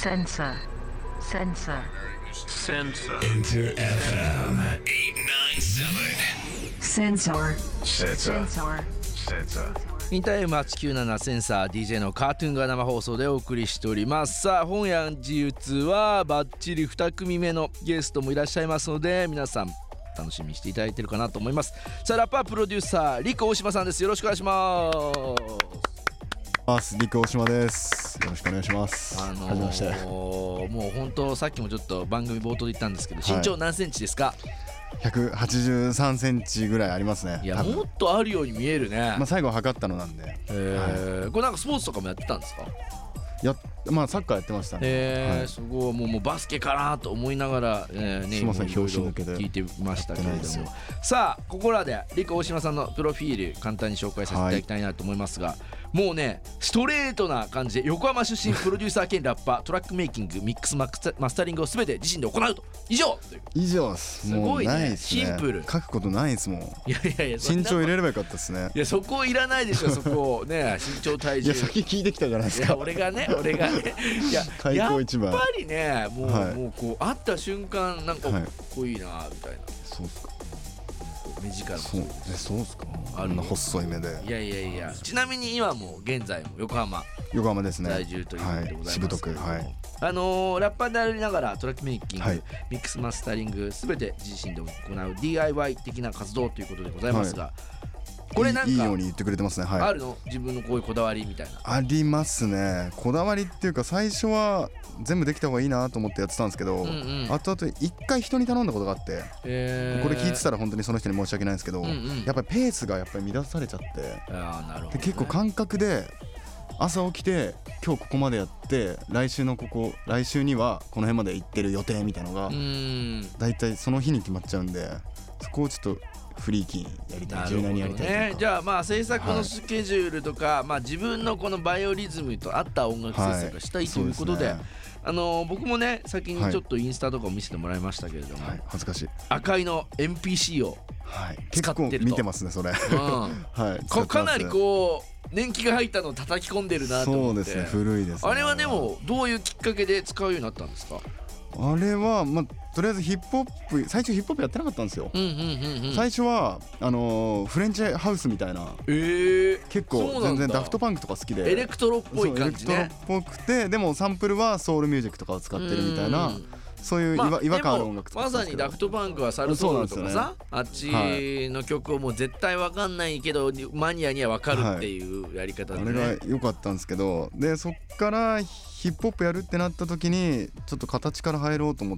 Sensor. Sensor. Sensor. Enter FM 897. Sensor. Sensor. Sensor. Sensor. インター M897 センサー DJ のカートゥーンが生放送でお送りしております。さあ本屋自由はバッチリ2組目のゲストもいらっしゃいますので、皆さん楽しみにしていただいているかなと思います。さあラッパープロデューサーリク大島さんです。よろしくお願いします。 リク大島です。よろしくお願いします。はじめまして。 もう本当さっきもちょっと番組冒頭で言ったんですけど、身長何センチですか ？183センチぐらいありますね。 いやもっとあるように見えるね。 最後測ったのなんで、 これなんかスポーツとかもやってたんですか？ サッカーやってましたね。 すごいもうバスケかなと思いながら、 すみません、表紙抜けで聞いてましたけれども、さあここらでリク大島さんのプロフィール簡単に紹介させていただきたいなと思いますが、もうねストレートな感じで横浜出身プロデューサー兼ラッパー、トラックメイキング、ミックスマスタリングを全て自身で行うと。以上です。 すごいね、 もうないですね。 シンプル。 書くことないですもん。いや身長入れればよかったですね。 いやそこいらないでしょ。そこね身長体重。 いや先聞いてきたじゃないですか。 いや俺がねいや開口一番やっぱりねもうこう会った瞬間なんかかっこいいなみたいな。 そうっすか。 目力そうっすか。あんな細い目で。 いやちなみに今も現在も横浜ですね。 在住ということでございます。 しぶとく。 ラッパーでありながらトラックメイキング、ミックスマスタリングすべて自身で行う DIY 的な活動ということでございますが、これなんかいいように言ってくれてますね。 あるの？自分のこういうこだわりみたいな。 ありますね。こだわりっていうか、最初は全部できた方がいいなと思ってやってたんですけど、後々一回人に頼んだことがあって、これ聞いてたら本当にその人に申し訳ないんですけど、やっぱりペースがやっぱり乱されちゃって、 なるほどね。 で結構感覚で朝起きて今日ここまでやって来週にはこの辺まで行ってる予定みたいなのがだいたいその日に決まっちゃうんで、そこをちょっとフリーキーやりたい、柔軟にやりたいというか。 じゃあ制作のスケジュールとか、自分のこのバイオリズムと合った音楽制作がしたいということで、僕もね先にちょっとインスタとかを見せてもらいましたけれども、 恥ずかしい赤いの MPC を使ってると。 結構見てますねそれ。 かなりこう年季が入ったのを叩き込んでるなと思って。 そうですね、古いですね。 あれはでもどういうきっかけで使うようになったんですか？ あれはとりあえずヒップホップ、最初ヒップホップやってなかったんですよ。最初はフレンチハウスみたいな、結構全然ダフトパンクとか好きで、 エレクトロっぽい感じね。 エレクトロっぽくて、でもサンプルはソウルミュージックとかを使ってるみたいな、そういう違和感ある音楽作ってたんですけど、 まさにダフトパンクはサルソウルとかさ、あっちの曲をもう絶対わかんないけどマニアにはわかるっていうやり方でね、 あれが良かったんですけど、でそっからヒップホップやるってなった時にちょっと形から入ろうと思って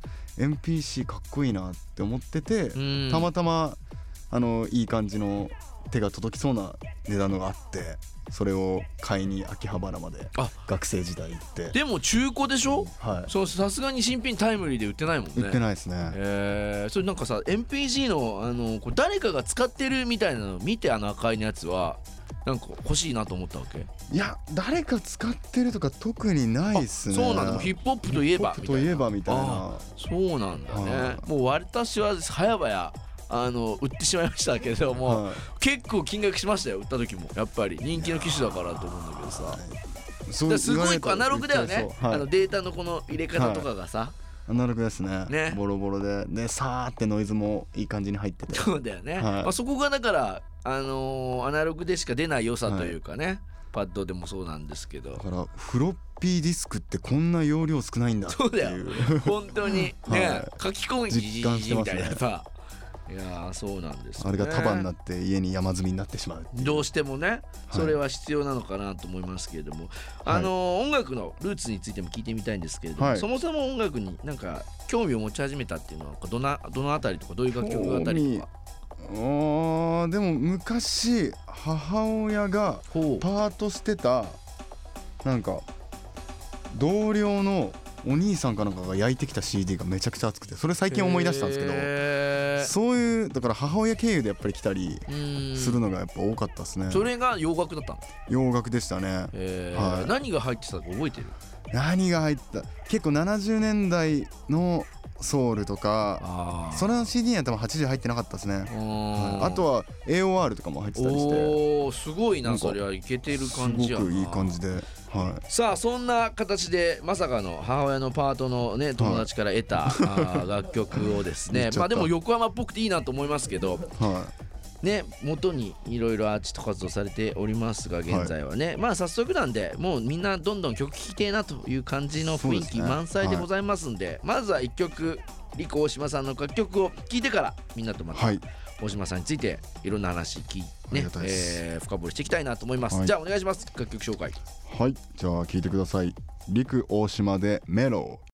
MPC かっこいいなって思ってて、たまたまいい感じの手が届きそうな値段のがあって、それを買いに秋葉原まで学生時代行って。 でも中古でしょ？さすがに新品タイムリーで売ってないもんね。 売ってないですね。 それなんかさ MPC のこれ誰かが使ってるみたいなのを見て、赤いのやつはなんか欲しいなと思ったわけ？ いや誰か使ってるとか特にないっすね。 そうなんだ。ヒップホップといえばみたいな。 そうなんだね。もう私は早々売ってしまいましたけれども、結構金額しましたよ。売った時もやっぱり人気の機種だからと思うんだけどさ、すごいアナログだよね。データのこの入れ方とかがさ、 アナログですね。ボロボロでさーってノイズもいい感じに入ってて。 そうだよね。そこがだからアナログでしか出ない良さというかね、パッドでもそうなんですけど、だからフロッピーディスクってこんな容量少ないんだっていう。 そうだよ本当にね、書き込み実感してますね。 みたいなさ、いやそうなんですよね。 あれが束になって家に山積みになってしまう。 どうしてもねそれは必要なのかなと思いますけれども、音楽のルーツについても聞いてみたいんですけれども、そもそも音楽になんか興味を持ち始めたっていうのはどのあたりとか、どういう楽曲あたりとか？ でも昔母親がパートしてたなんか同僚のお兄さんかなんかが焼いてきた CD がめちゃくちゃ熱くて、それ最近思い出したんですけど、そういうだから母親経由でやっぱり来たりするのがやっぱ多かったですね。 それが洋楽だったの？ 洋楽でしたね。 何が入ってたか覚えてる？ 何が入った？結構70年代のソウルとかその CD には多分80入ってなかったですね、はい、あとは AOR とかも入ってたりして、 おーすごいな、それはいけてる感じやな。 すごくいい感じで、はい、 さあそんな形でまさかの母親のパートのね友達から得た、楽曲をですねまあでも横浜っぽくていいなと思いますけど、ね、元にいろいろアーティスト活動されておりますが現在はね、まあ早速なんでもうみんなどんどん曲聴きてえなという感じの雰囲気満載でございますんで、まずは1曲リコ大島さんの楽曲を聴いてからみんなとまた大島さんについていろんな話深掘りしていきたいなと思います、じゃあお願いします。楽曲紹介。 はい、じゃあ聴いてください。リク大島でメロー。